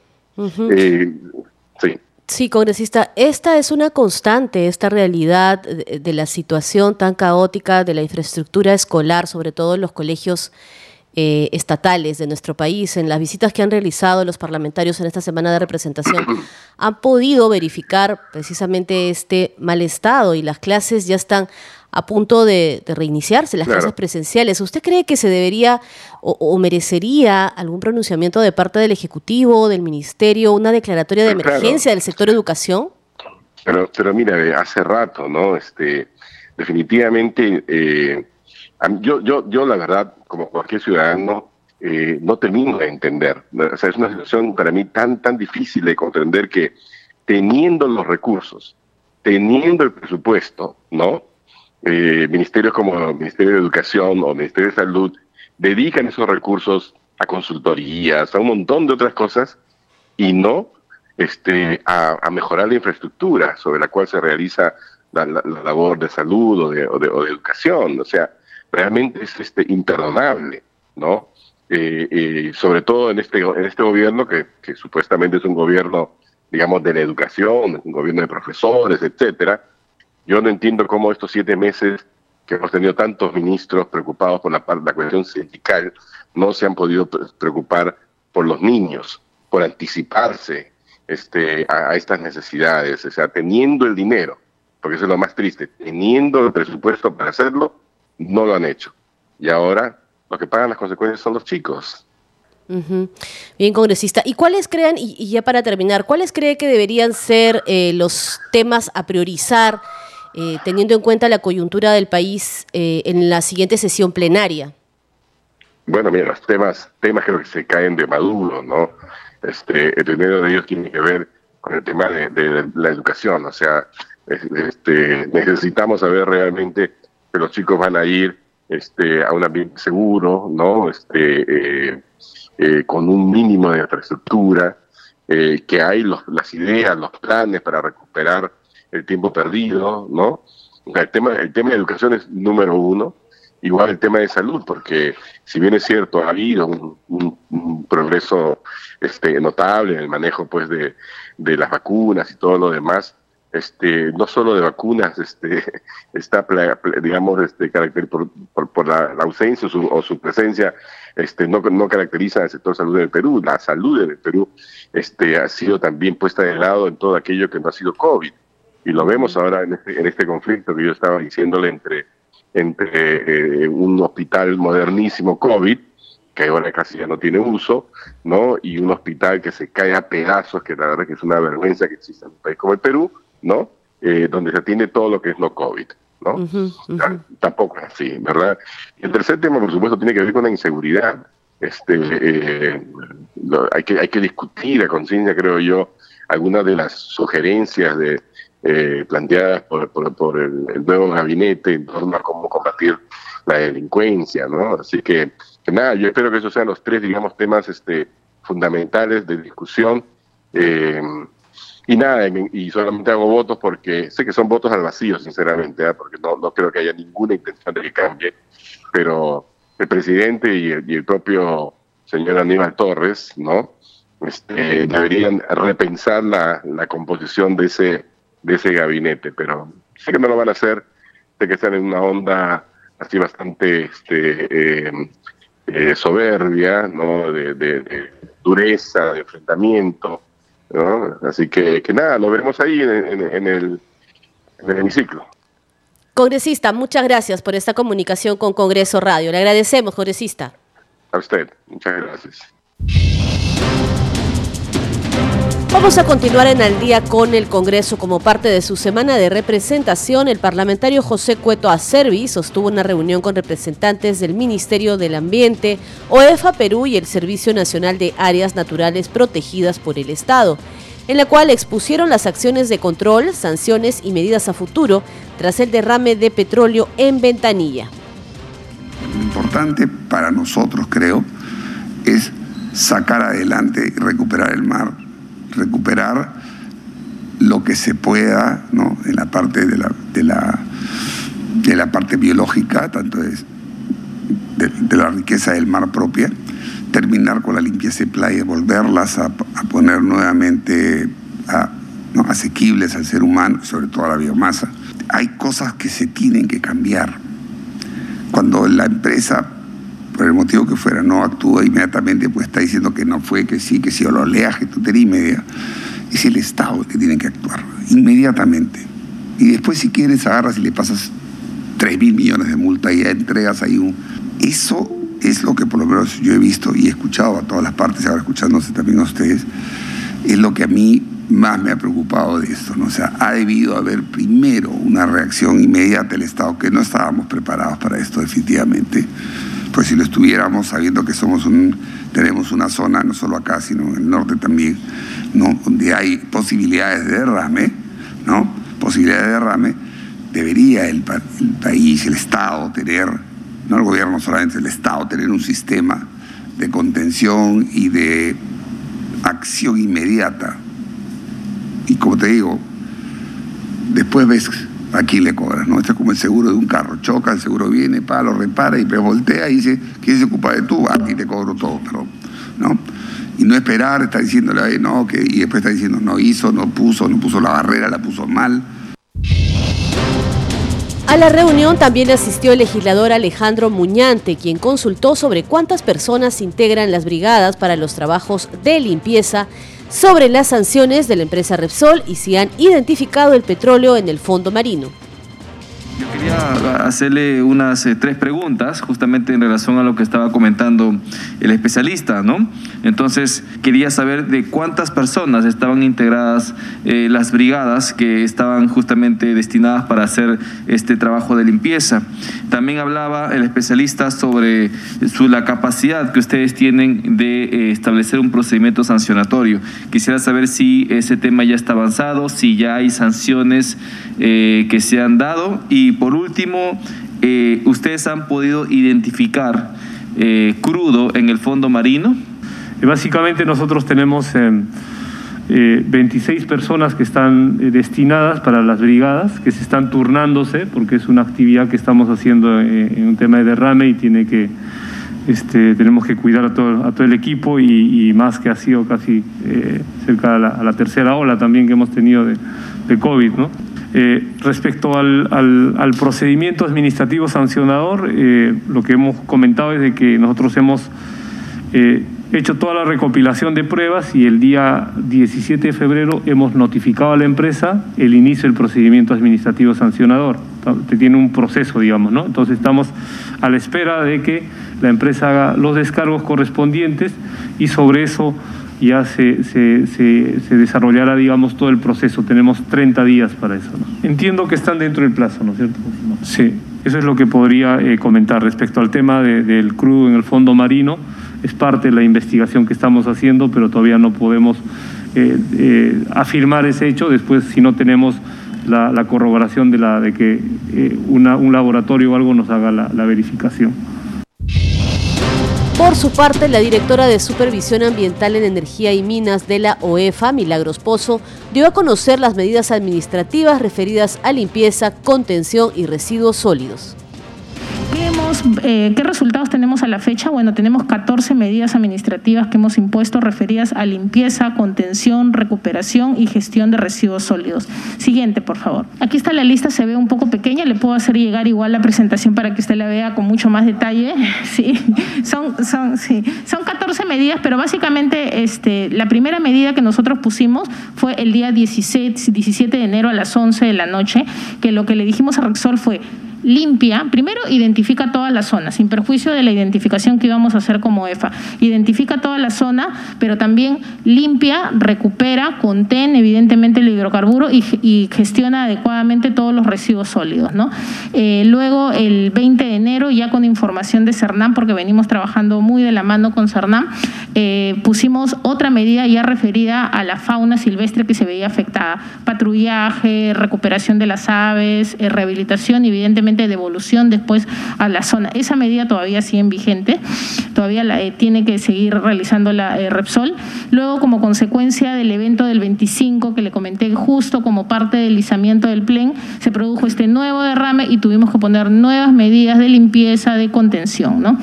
Sí. Sí, congresista, esta es una constante, esta realidad de la situación tan caótica de la infraestructura escolar, sobre todo en los colegios estatales de nuestro país. En las visitas que han realizado los parlamentarios en esta semana de representación, han podido verificar precisamente este mal estado y las clases ya están a punto de reiniciarse, las clases presenciales. ¿Usted cree que se debería o merecería algún pronunciamiento de parte del Ejecutivo, del Ministerio, una declaratoria de emergencia del sector educación? Pero mira, hace rato, ¿no? Definitivamente, yo la verdad, como cualquier ciudadano, no termino de entender. O sea, es una situación para mí tan difícil de comprender que teniendo los recursos, teniendo el presupuesto, ¿no? Ministerios como el Ministerio de Educación o el Ministerio de Salud dedican esos recursos a consultorías, a un montón de otras cosas, y no a mejorar la infraestructura sobre la cual se realiza la labor de salud o de educación. O sea, realmente es imperdonable, ¿no? Sobre todo en este gobierno que supuestamente es un gobierno, digamos, de la educación, un gobierno de profesores, etcétera. Yo no entiendo cómo estos 7 meses que hemos tenido tantos ministros preocupados por la cuestión sindical no se han podido preocupar por los niños, por anticiparse a estas necesidades. O sea, teniendo el dinero, porque eso es lo más triste, teniendo el presupuesto para hacerlo, no lo han hecho. Y ahora lo que pagan las consecuencias son los chicos. Bien, congresista. ¿Y cuáles creen, y ya para terminar, cuáles cree que deberían ser los temas a priorizar teniendo en cuenta la coyuntura del país en la siguiente sesión plenaria? Bueno, mira, los temas creo que se caen de Maduro, ¿no? El primero de ellos tiene que ver con el tema de la educación. O sea, necesitamos saber realmente que los chicos van a ir a un ambiente seguro, ¿no? Con un mínimo de infraestructura, que hay las ideas, los planes para recuperar el tiempo perdido, ¿no? O sea, el tema de educación es número 1, igual el tema de salud, porque si bien es cierto, ha habido un progreso notable en el manejo pues de las vacunas y todo lo demás, no solo de vacunas está, digamos, carácter por la ausencia o su presencia, no caracteriza al sector salud del Perú. La salud del Perú ha sido también puesta de lado en todo aquello que no ha sido COVID. Y lo vemos ahora en este conflicto que yo estaba diciéndole entre un hospital modernísimo COVID, que ahora casi ya no tiene uso, ¿no? Y un hospital que se cae a pedazos, que la verdad que es una vergüenza que exista en un país como el Perú, ¿no? Donde se atiende todo lo que es no COVID, ¿no? Tampoco es así, ¿verdad? Y el tercer tema, por supuesto, tiene que ver con la inseguridad. Hay que discutir a conciencia, creo yo, algunas de las sugerencias planteadas por el nuevo gabinete en torno a cómo combatir la delincuencia, ¿no? Así que nada, yo espero que esos sean los tres, digamos, temas fundamentales de discusión. Y nada, y solamente hago votos porque sé que son votos al vacío, sinceramente, porque no creo que haya ninguna intención de que cambie, pero el presidente y el propio señor Aníbal Torres, ¿no? Deberían repensar la composición de ese gabinete, pero sé que no lo van a hacer, sé que están en una onda así bastante soberbia, ¿no? De dureza, de enfrentamiento, ¿no? Así que nada, lo veremos ahí en el hemiciclo. Congresista, muchas gracias por esta comunicación con Congreso Radio. Le agradecemos, congresista. A usted, muchas gracias. Vamos a continuar en Al Día con el Congreso. Como parte de su semana de representación, el parlamentario José Cueto Acerbi sostuvo una reunión con representantes del Ministerio del Ambiente, OEFA Perú y el Servicio Nacional de Áreas Naturales Protegidas por el Estado, en la cual expusieron las acciones de control, sanciones y medidas a futuro tras el derrame de petróleo en Ventanilla. Lo importante para nosotros, creo, es sacar adelante y recuperar el mar, recuperar lo que se pueda, ¿no? En la parte de la parte biológica, tanto de la riqueza del mar propia, terminar con la limpieza de playas, volverlas a poner nuevamente asequibles al ser humano, sobre todo a la biomasa. Hay cosas que se tienen que cambiar. Cuando la empresa, por el motivo que fuera, no actúa inmediatamente, pues está diciendo que no fue, que sí, o lo oleaje, tutela y media. Es el Estado el que tiene que actuar inmediatamente. Y después, si quieres, agarras y le pasas 3.000 millones de multa y ya entregas ahí Eso es lo que por lo menos yo he visto y he escuchado a todas las partes, ahora escuchándose también a ustedes, es lo que a mí más me ha preocupado de esto, ¿no? O sea, ha debido haber primero una reacción inmediata del Estado, que no estábamos preparados para esto definitivamente. Pues si lo estuviéramos, sabiendo que tenemos una zona, no solo acá, sino en el norte también, ¿no? Donde hay posibilidades de derrame, ¿no? Posibilidades de derrame, debería el país, el Estado tener, no el gobierno solamente, el Estado tener un sistema de contención y de acción inmediata. Y como te digo, después ves a quién le cobras, ¿no? Esto es como el seguro de un carro. Choca, el seguro viene, lo repara y voltea y dice, ¿quién se ocupa de tú? A ti te cobro todo, perdón, ¿no? Y no esperar, está diciéndole, no, y después está diciendo, no hizo, no puso la barrera, la puso mal. A la reunión también asistió el legislador Alejandro Muñante, quien consultó sobre cuántas personas integran las brigadas para los trabajos de limpieza, sobre las sanciones de la empresa Repsol y si han identificado el petróleo en el fondo marino. Yo quería hacerle unas 3 preguntas justamente en relación a lo que estaba comentando el especialista, ¿no? Entonces, quería saber de cuántas personas estaban integradas las brigadas que estaban justamente destinadas para hacer este trabajo de limpieza. También hablaba el especialista sobre la capacidad que ustedes tienen de establecer un procedimiento sancionatorio. Quisiera saber si ese tema ya está avanzado, si ya hay sanciones que se han dado. Y por último, ¿ustedes han podido identificar crudo en el fondo marino? Básicamente nosotros tenemos 26 personas que están destinadas para las brigadas, que se están turnándose, porque es una actividad que estamos haciendo en un tema de derrame y tenemos que cuidar a todo el equipo y más que ha sido casi cerca a la tercera ola también que hemos tenido de COVID, ¿no? Respecto al procedimiento administrativo sancionador, lo que hemos comentado es de que nosotros hemos hecho toda la recopilación de pruebas y el día 17 de febrero hemos notificado a la empresa el inicio del procedimiento administrativo sancionador. Tiene un proceso, digamos, ¿no? Entonces estamos a la espera de que la empresa haga los descargos correspondientes y sobre eso ya se desarrollará, digamos, todo el proceso. Tenemos 30 días para eso, ¿no? Entiendo que están dentro del plazo, ¿no es cierto? Sí, eso es lo que podría comentar respecto al tema del crudo en el fondo marino. Es parte de la investigación que estamos haciendo, pero todavía no podemos afirmar ese hecho después si no tenemos la corroboración de que un laboratorio o algo nos haga la verificación. Por su parte, la directora de Supervisión Ambiental en Energía y Minas de la OEFA, Milagros Pozo, dio a conocer las medidas administrativas referidas a limpieza, contención y residuos sólidos. ¿Qué resultados tenemos a la fecha? Bueno, tenemos 14 medidas administrativas que hemos impuesto referidas a limpieza, contención, recuperación y gestión de residuos sólidos. Siguiente, por favor. Aquí está la lista, se ve un poco pequeña, le puedo hacer llegar igual la presentación para que usted la vea con mucho más detalle. Sí, son 14 medidas, pero básicamente la primera medida que nosotros pusimos fue el día 17 de enero a las 11 de la noche, que lo que le dijimos a Rexol fue: limpia, primero identifica toda la zona, sin perjuicio de la identificación que íbamos a hacer como EFA. Identifica toda la zona, pero también limpia, recupera, contén evidentemente el hidrocarburo y gestiona adecuadamente todos los residuos sólidos, ¿no? Luego, el 20 de enero, ya con información de Cernam, porque venimos trabajando muy de la mano con Cernam, pusimos otra medida ya referida a la fauna silvestre que se veía afectada: patrullaje, recuperación de las aves, rehabilitación y evidentemente devolución después a la zona. Esa medida todavía sigue vigente, todavía tiene que seguir realizando la Repsol. Luego, como consecuencia del evento del 25 que le comenté, justo como parte del izamiento del Plen, se produjo este nuevo derrame y tuvimos que poner nuevas medidas de limpieza, de contención, ¿no?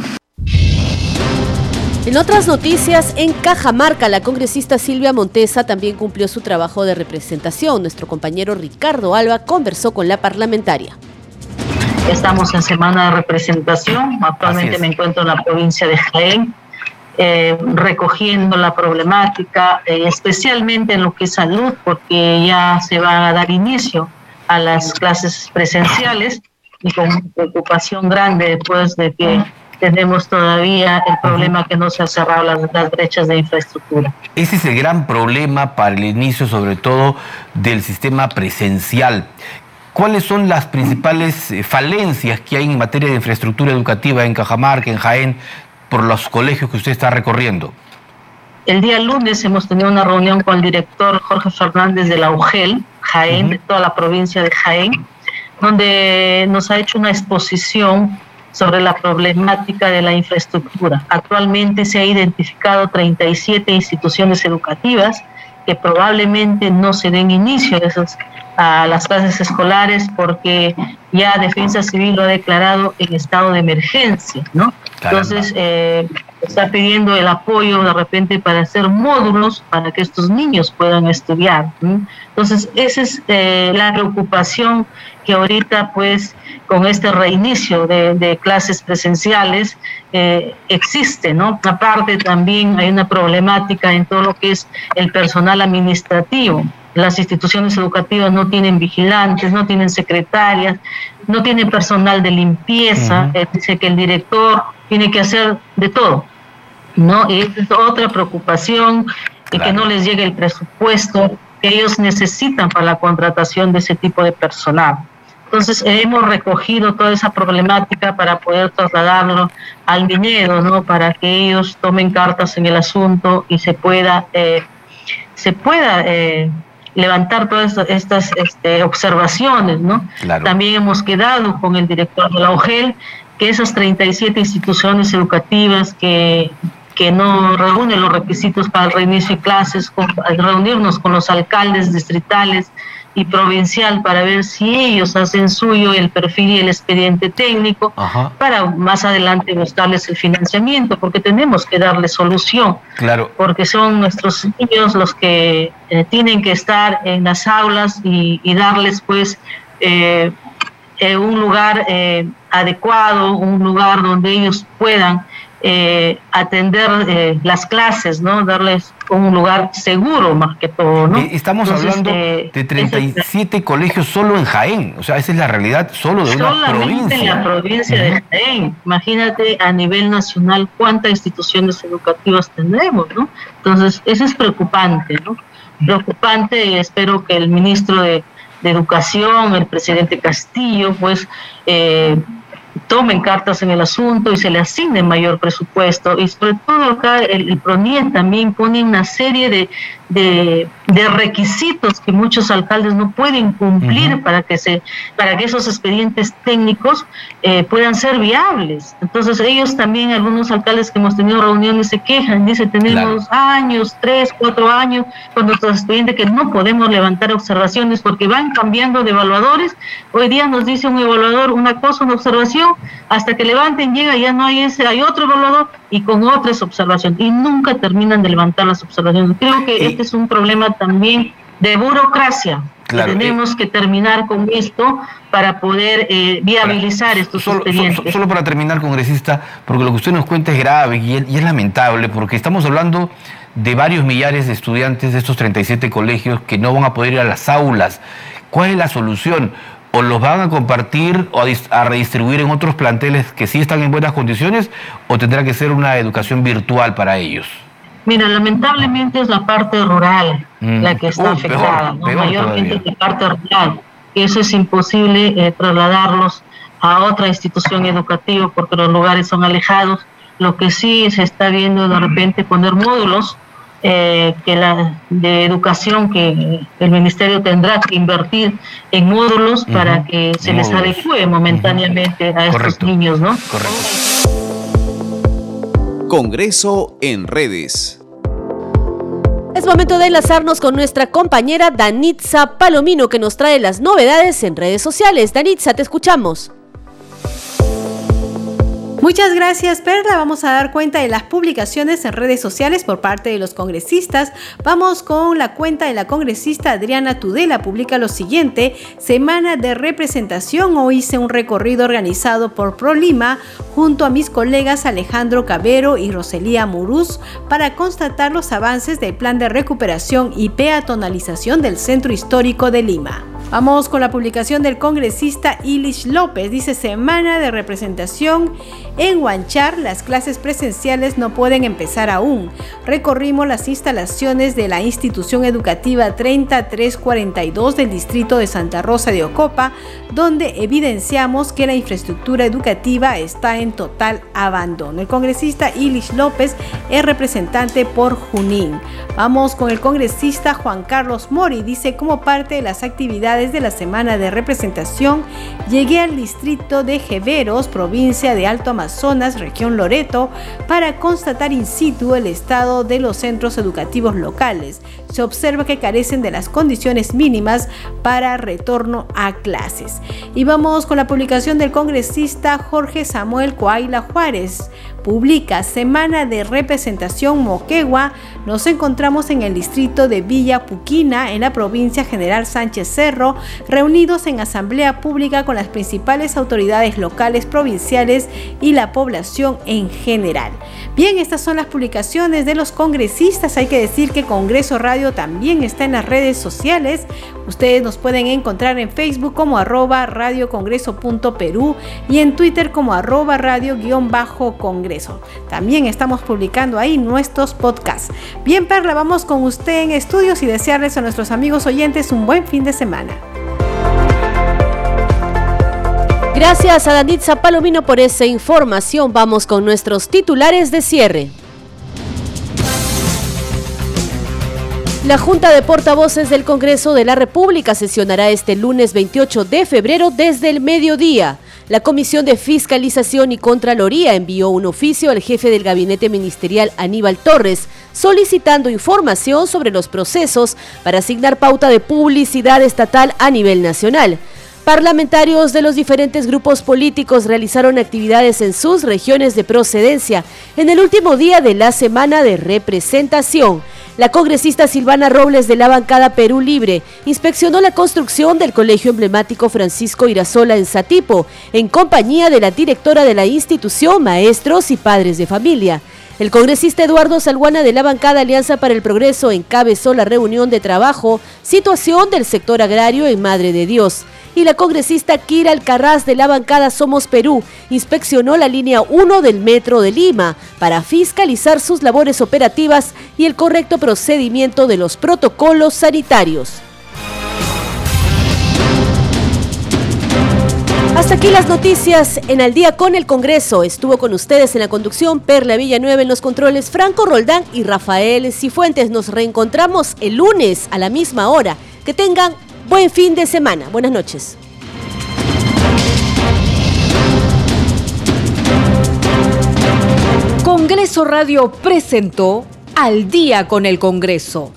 En otras noticias, en Cajamarca, la congresista Silvia Montesa también cumplió su trabajo de representación. Nuestro compañero Ricardo Alba conversó con la parlamentaria. Estamos en semana de representación. Actualmente me encuentro en la provincia de Jaén, recogiendo la problemática, especialmente en lo que es salud, porque ya se va a dar inicio a las clases presenciales, y con una preocupación grande después de que tenemos todavía el problema que no se han cerrado las brechas de infraestructura. Ese es el gran problema para el inicio, sobre todo, del sistema presencial. ¿Cuáles son las principales falencias que hay en materia de infraestructura educativa en Cajamarca, en Jaén, por los colegios que usted está recorriendo? El día lunes hemos tenido una reunión con el director Jorge Fernández de la UGEL, Jaén, de toda la provincia de Jaén, donde nos ha hecho una exposición sobre la problemática de la infraestructura. Actualmente se ha identificado 37 instituciones educativas que probablemente no se den inicio a las clases escolares porque ya Defensa Civil lo ha declarado en estado de emergencia, ¿no? Entonces, está pidiendo el apoyo de repente para hacer módulos para que estos niños puedan estudiar, ¿no? Entonces, esa es la preocupación que ahorita, pues, con este reinicio de clases presenciales existe, ¿no? Aparte, también hay una problemática en todo lo que es el personal administrativo. Las instituciones educativas no tienen vigilantes, no tienen secretarias, no tienen personal de limpieza. Dice que el director tiene que hacer de todo, ¿no? Y es otra preocupación, que no les llegue el presupuesto que ellos necesitan para la contratación de ese tipo de personal. Entonces, hemos recogido toda esa problemática para poder trasladarlo al Minedo, ¿no? Para que ellos tomen cartas en el asunto y se pueda levantar todas estas observaciones, ¿no? Claro. También hemos quedado con el director de la UGEL que esas 37 instituciones educativas que no reúnen los requisitos para el reinicio de clases, reunirnos con los alcaldes distritales y provincial para ver si ellos hacen suyo el perfil y el expediente técnico. Ajá. Para más adelante buscarles el financiamiento, porque tenemos que darles solución. Claro. Porque son nuestros niños los que tienen que estar en las aulas y darles pues un lugar adecuado, un lugar donde ellos puedan atender las clases, ¿no? Darles un lugar seguro más que todo, ¿no? Estamos hablando de 37 colegios solo en Jaén, o sea, esa es la realidad solo de una provincia. Solamente en la provincia de Jaén. Imagínate a nivel nacional cuántas instituciones educativas tendremos, ¿no? Entonces, eso es preocupante, ¿no? Preocupante, y espero que el ministro de Educación, el presidente Castillo, pues tomen cartas en el asunto y se le asigne mayor presupuesto. Y sobre todo acá el PRONIE también pone una serie de requisitos que muchos alcaldes no pueden cumplir para que esos expedientes técnicos puedan ser viables. Entonces ellos también, algunos alcaldes que hemos tenido reuniones, se quejan, dice, tenemos años, 3, 4 años con nuestros expedientes que no podemos levantar observaciones porque van cambiando de evaluadores. Hoy día nos dice un evaluador una cosa, una observación, hasta que levanten, llega, ya no hay ese, hay otro evaluador y con otras observaciones, y nunca terminan de levantar las observaciones. Creo que este es un problema también de burocracia. Claro, tenemos que terminar con esto para poder viabilizar estos expedientes. Solo para terminar, congresista, porque lo que usted nos cuenta es grave y es lamentable, porque estamos hablando de varios millares de estudiantes de estos 37 colegios que no van a poder ir a las aulas. ¿Cuál es la solución? ¿O los van a compartir o a redistribuir en otros planteles que sí están en buenas condiciones, o tendrá que ser una educación virtual para ellos? Mira, lamentablemente es la parte rural la que está afectada, ¿no? Mayormente es la parte rural. Eso es imposible trasladarlos a otra institución educativa porque los lugares son alejados. Lo que sí se está viendo de repente poner módulos de educación que el ministerio tendrá que invertir en módulos para que se les adecue momentáneamente a estos niños, ¿no? Correcto. Congreso en redes. Es momento de enlazarnos con nuestra compañera Danitza Palomino, que nos trae las novedades en redes sociales. Danitza, te escuchamos. Muchas gracias, Perla. Vamos a dar cuenta de las publicaciones en redes sociales por parte de los congresistas. Vamos con la cuenta de la congresista Adriana Tudela. Publica lo siguiente: semana de representación. Hoy hice un recorrido organizado por ProLima junto a mis colegas Alejandro Cabero y Roselía Muruz para constatar los avances del plan de recuperación y peatonalización del Centro Histórico de Lima. Vamos con la publicación del congresista Ilish López. Dice: semana de representación en Huanchar, las clases presenciales no pueden empezar aún. Recorrimos las instalaciones de la institución educativa 30342 del distrito de Santa Rosa de Ocopa, donde evidenciamos que la infraestructura educativa está en total abandono. El congresista Ilish López es representante por Junín. Vamos con el congresista Juan Carlos Mori. Dice: como parte de las actividades de la semana de representación, llegué al distrito de Jeveros, provincia de Alto Amazonas, región Loreto, para constatar in situ el estado de los centros educativos locales. Se observa que carecen de las condiciones mínimas para retorno a clases. Y vamos con la publicación del congresista Jorge Samuel Coaila Juárez. Publica: semana de representación Moquegua. Nos encontramos en el distrito de Villa Puquina, en la provincia General Sánchez Cerro, reunidos en asamblea pública con las principales autoridades locales, provinciales y la población en general. Bien, estas son las publicaciones de los congresistas. Hay que decir que Congreso Radio también está en las redes sociales. Ustedes nos pueden encontrar en Facebook como @radiocongreso.perú y en Twitter como @radio_congreso. También estamos publicando ahí nuestros podcasts. Bien, Perla, vamos con usted en estudios y desearles a nuestros amigos oyentes un buen fin de semana. Gracias a Danitza Palomino por esa información. Vamos con nuestros titulares de cierre. La Junta de Portavoces del Congreso de la República sesionará este lunes 28 de febrero desde el mediodía. La Comisión de Fiscalización y Contraloría envió un oficio al jefe del gabinete ministerial, Aníbal Torres, solicitando información sobre los procesos para asignar pauta de publicidad estatal a nivel nacional. Parlamentarios de los diferentes grupos políticos realizaron actividades en sus regiones de procedencia en el último día de la semana de representación. La congresista Silvana Robles, de la bancada Perú Libre, inspeccionó la construcción del colegio emblemático Francisco Irasola en Satipo, en compañía de la directora de la institución, maestros y padres de familia. El congresista Eduardo Salguana, de la bancada Alianza para el Progreso, encabezó la reunión de trabajo Situación del sector agrario en Madre de Dios. Y la congresista Kira Alcarraz, de la bancada Somos Perú, inspeccionó la línea 1 del Metro de Lima para fiscalizar sus labores operativas y el correcto procedimiento de los protocolos sanitarios. Hasta aquí las noticias en Al Día con el Congreso. Estuvo con ustedes en la conducción Perla Villanueva, en los controles Franco Roldán y Rafael Cifuentes. Nos reencontramos el lunes a la misma hora. Que tengan buen fin de semana. Buenas noches. Congreso Radio presentó Al Día con el Congreso.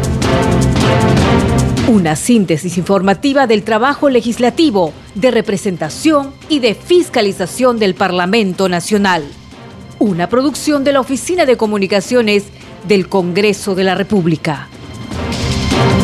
Una síntesis informativa del trabajo legislativo, de representación y de fiscalización del Parlamento Nacional. Una producción de la Oficina de Comunicaciones del Congreso de la República.